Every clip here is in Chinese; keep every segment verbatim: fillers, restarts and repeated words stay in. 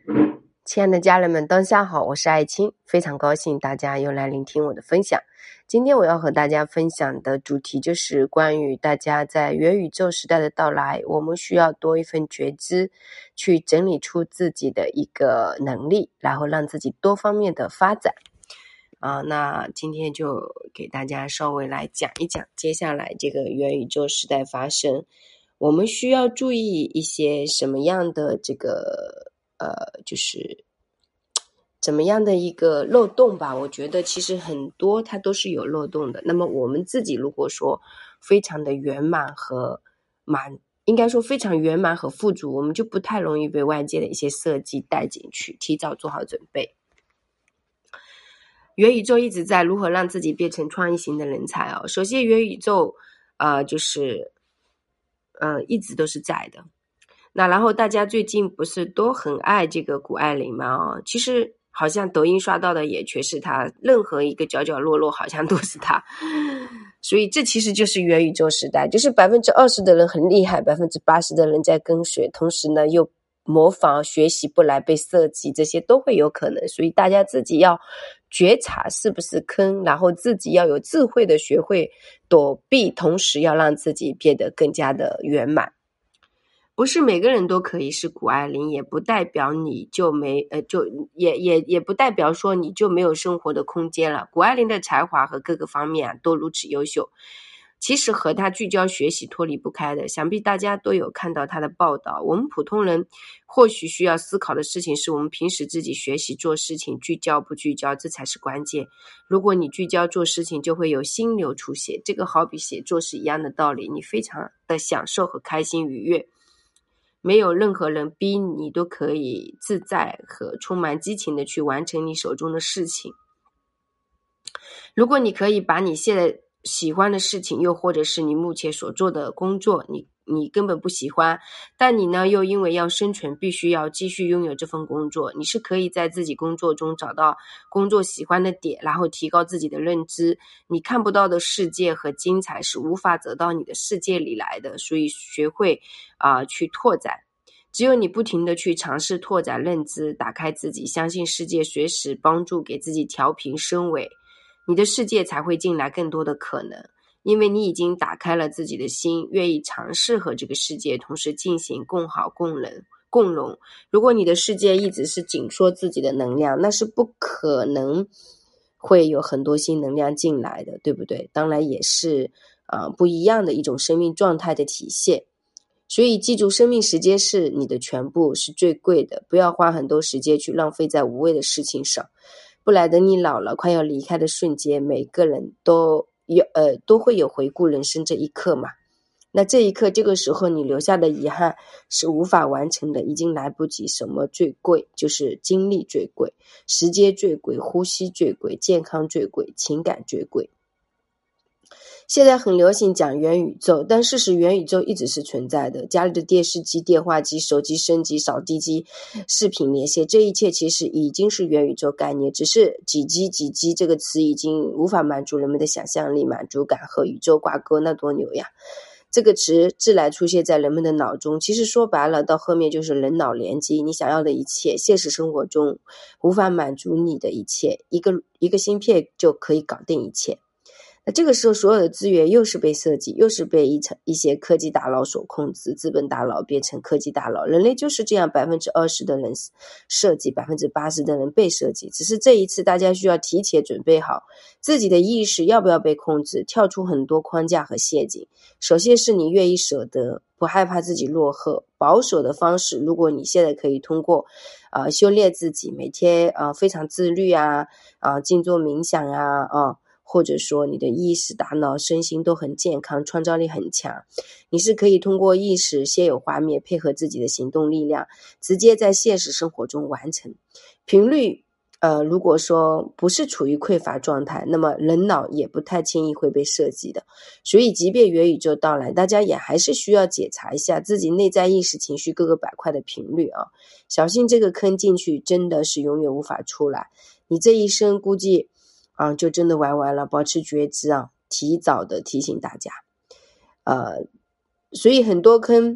亲爱的家人们，当下好，我是爱青，非常高兴大家又来聆听我的分享。今天我要和大家分享的主题就是关于大家在元宇宙时代的到来，我们需要多一份觉知，去整理出自己的一个能力，然后让自己多方面的发展。啊，那今天就给大家稍微来讲一讲，接下来这个元宇宙时代发生，我们需要注意一些什么样的这个呃，就是怎么样的一个漏洞吧。我觉得其实很多它都是有漏洞的。那么我们自己如果说非常的圆满和满，应该说非常圆满和富足，我们就不太容易被外界的一些设计带进去，提早做好准备。元宇宙一直在如何让自己变成创意型的人才哦。首先元宇宙呃就是呃一直都是在的。那然后大家最近不是都很爱这个谷爱凌吗？哦，其实好像抖音刷到的也全是她，任何一个角角落落好像都是她。所以这其实就是元宇宙时代，就是 百分之二十 的人很厉害， 百分之八十 的人在跟随，同时呢又模仿学习不来被设计，这些都会有可能。所以大家自己要觉察是不是坑，然后自己要有智慧的学会躲避，同时要让自己变得更加的圆满。不是每个人都可以是谷爱凌，也不代表你就没呃，就也也也不代表说你就没有生活的空间了。谷爱凌的才华和各个方面啊都如此优秀，其实和她聚焦学习脱离不开的，想必大家都有看到她的报道。我们普通人或许需要思考的事情是，我们平时自己学习做事情聚焦不聚焦，这才是关键。如果你聚焦做事情，就会有心流出现，这个好比写作是一样的道理，你非常的享受和开心愉悦，没有任何人逼你，都可以自在和充满激情的去完成你手中的事情。如果你可以把你现在喜欢的事情，又或者是你目前所做的工作，你你根本不喜欢，但你呢又因为要生存必须要继续拥有这份工作，你是可以在自己工作中找到工作喜欢的点，然后提高自己的认知。你看不到的世界和精彩是无法走到你的世界里来的，所以学会啊、呃、去拓展。只有你不停地去尝试拓展认知，打开自己，相信世界随时帮助给自己调频升维，你的世界才会进来更多的可能。因为你已经打开了自己的心，愿意尝试和这个世界同时进行共好共荣共荣。如果你的世界一直是紧缩自己的能量，那是不可能会有很多新能量进来的，对不对？当然也是呃不一样的一种生命状态的体现。所以记住，生命时间是你的全部，是最贵的，不要花很多时间去浪费在无谓的事情上，不然等你老了快要离开的瞬间，每个人都有呃都会有回顾人生这一刻嘛。那这一刻，这个时候你留下的遗憾是无法完成的，已经来不及。什么最贵？就是精力最贵，时间最贵，呼吸最贵，健康最贵，情感最贵。现在很流行讲元宇宙，但事实元宇宙一直是存在的。家里的电视机、电话机、手机升级、扫地机、视频连线，这一切其实已经是元宇宙概念，只是几 G 几 G 这个词已经无法满足人们的想象力、满足感和宇宙挂钩，那多牛呀！这个词自然出现在人们的脑中，其实说白了，到后面就是人脑联机，你想要的一切，现实生活中无法满足你的一切，一个一个芯片就可以搞定一切。那这个时候所有的资源又是被设计，又是被一层一些科技大佬所控制，资本大佬变成科技大佬，人类就是这样 百分之二十 的人设计， 百分之八十 的人被设计。只是这一次大家需要提前准备好自己的意识要不要被控制，跳出很多框架和陷阱。首先是你愿意舍得，不害怕自己落后。保守的方式，如果你现在可以通过呃修炼自己，每天呃非常自律啊啊、呃、静坐冥想啊啊、呃或者说你的意识、大脑、身心都很健康，创造力很强，你是可以通过意识先有画面，配合自己的行动力量，直接在现实生活中完成。频率呃，如果说不是处于匮乏状态，那么人脑也不太轻易会被设计的。所以即便元宇宙到来，大家也还是需要检查一下自己内在意识、情绪各个板块的频率啊，小心这个坑进去真的是永远无法出来，你这一生估计啊，就真的玩完了。保持觉知啊，提早的提醒大家。呃，所以很多坑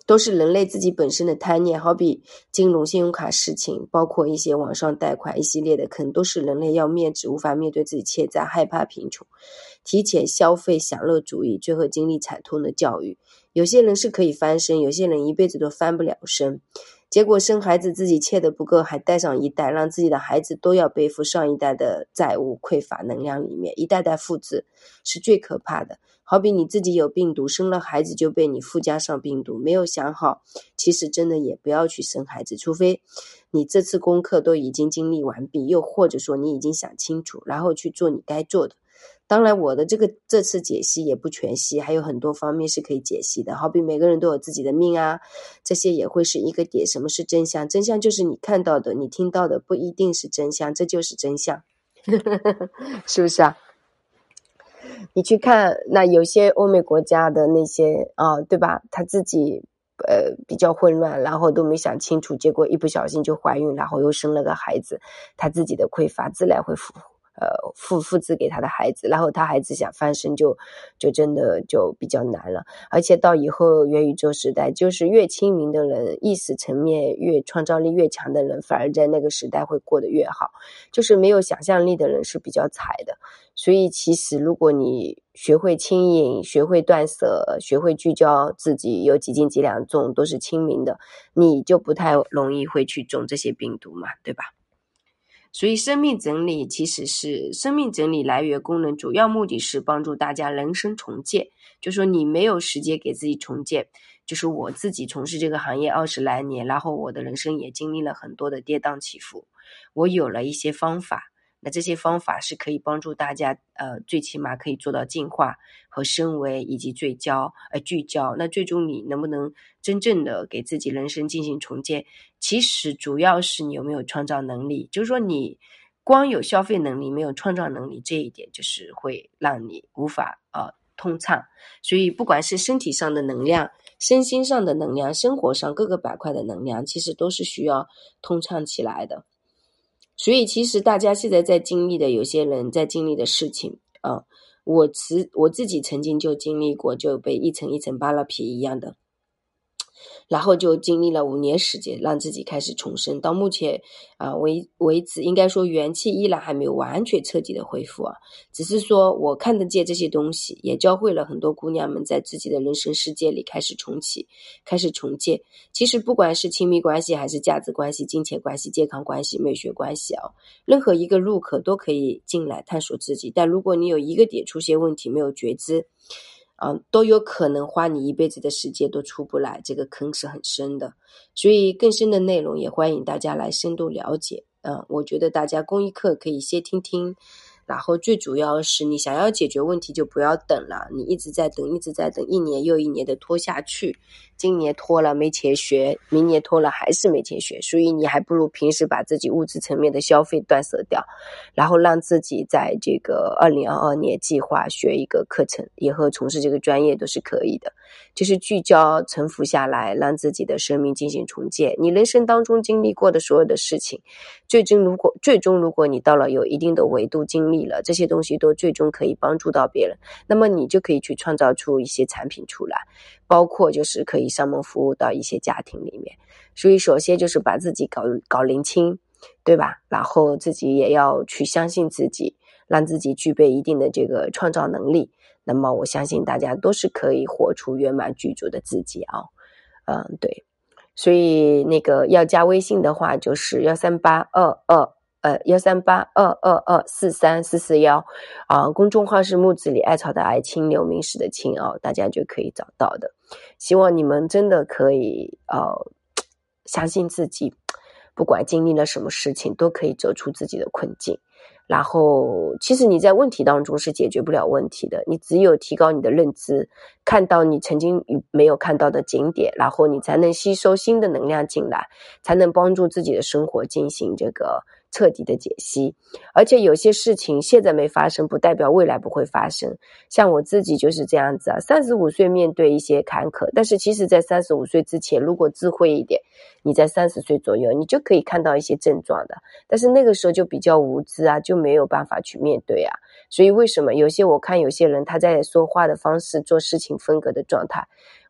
都是人类自己本身的贪念，好比金融信用卡事情，包括一些网上贷款，一系列的坑，都是人类要面子，无法面对自己欠债，害怕贫穷，提前消费享乐主义，最后经历惨痛的教育。有些人是可以翻身，有些人一辈子都翻不了身，结果生孩子自己欠的不够，还带上一代，让自己的孩子都要背负上一代的债务，匮乏能量里面，一代代复制是最可怕的。好比你自己有病毒，生了孩子就被你附加上病毒，没有想好，其实真的也不要去生孩子，除非你这次功课都已经经历完毕，又或者说你已经想清楚，然后去做你该做的。当然我的这个这次解析也不全析，还有很多方面是可以解析的，好比每个人都有自己的命啊，这些也会是一个点。什么是真相？真相就是你看到的，你听到的不一定是真相，这就是真相是不是啊？你去看那有些欧美国家的那些啊，对吧，他自己呃比较混乱，然后都没想清楚，结果一不小心就怀孕，然后又生了个孩子，他自己的匮乏自然会复呃复复制给他的孩子，然后他孩子想翻身就就真的就比较难了。而且到以后元宇宙时代，就是越亲民的人，意识层面越创造力越强的人，反而在那个时代会过得越好，就是没有想象力的人是比较惨的。所以其实如果你学会轻盈，学会断舍，学会聚焦自己，有几斤几两重都是亲民的，你就不太容易会去中这些病毒嘛，对吧？所以生命整理其实是生命整理来源功能主要目的是帮助大家人生重建，就说你没有时间给自己重建，就是我自己从事这个行业二十来年，然后我的人生也经历了很多的跌宕起伏，我有了一些方法，那这些方法是可以帮助大家呃，最起码可以做到进化和升维以及聚焦呃聚焦。那最终你能不能真正的给自己人生进行重建，其实主要是你有没有创造能力，就是说你光有消费能力没有创造能力，这一点就是会让你无法呃通畅。所以不管是身体上的能量，身心上的能量，生活上各个板块的能量，其实都是需要通畅起来的。所以其实大家现在在经历的，有些人在经历的事情啊、呃，我自我自己曾经就经历过，就被一层一层扒了皮一样的，然后就经历了五年时间，让自己开始重生。到目前啊、呃、为为止，应该说元气依然还没有完全彻底的恢复啊，只是说我看得见这些东西，也教会了很多姑娘们在自己的人生世界里开始重启，开始重建。其实不管是亲密关系，还是价值关系、金钱关系、健康关系、美学关系啊，任何一个入口都可以进来探索自己。但如果你有一个点出现问题，没有觉知啊，都有可能花你一辈子的时间都出不来，这个坑是很深的。所以更深的内容也欢迎大家来深度了解。嗯，我觉得大家公益课可以先听听，然后最主要是你想要解决问题就不要等了，你一直在等一直在等，一年又一年的拖下去，今年拖了没钱学，明年拖了还是没钱学，所以你还不如平时把自己物质层面的消费断舍掉，然后让自己在这个二零二二年计划学一个课程，以后从事这个专业都是可以的。就是聚焦沉浮下来，让自己的生命进行重建。你人生当中经历过的所有的事情，最终如果最终如果你到了有一定的维度经历了，这些东西都最终可以帮助到别人，那么你就可以去创造出一些产品出来，包括就是可以上门服务到一些家庭里面。所以首先就是把自己搞搞灵清，对吧？然后自己也要去相信自己，让自己具备一定的这个创造能力，那么我相信大家都是可以活出圆满具足的自己啊。嗯，对，所以那个要加微信的话就是幺三八二二呃幺三八二二二四三四四幺啊，公众号是木子李艾草的艾，清流明史的清啊，大家就可以找到的。希望你们真的可以呃相信自己，不管经历了什么事情都可以走出自己的困境。然后其实你在问题当中是解决不了问题的，你只有提高你的认知，看到你曾经没有看到的景点，然后你才能吸收新的能量进来，才能帮助自己的生活进行这个彻底的解析。而且有些事情现在没发生不代表未来不会发生，像我自己就是这样子啊，三十五岁面对一些坎坷，但是其实在三十五岁之前如果智慧一点，你在三十岁左右你就可以看到一些症状的，但是那个时候就比较无知啊，就没有办法去面对啊。所以为什么有些我看有些人他在说话的方式做事情风格的状态，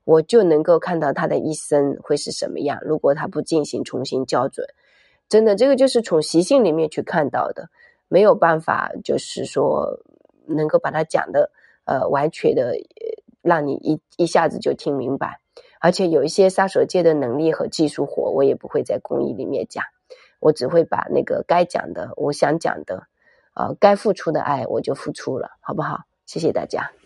我就能够看到他的一生会是什么样，如果他不进行重新校准。真的，这个就是从习性里面去看到的，没有办法就是说能够把它讲的呃完全的让你一一下子就听明白。而且有一些杀手界的能力和技术活我也不会在公益里面讲，我只会把那个该讲的我想讲的呃该付出的爱我就付出了，好不好？谢谢大家。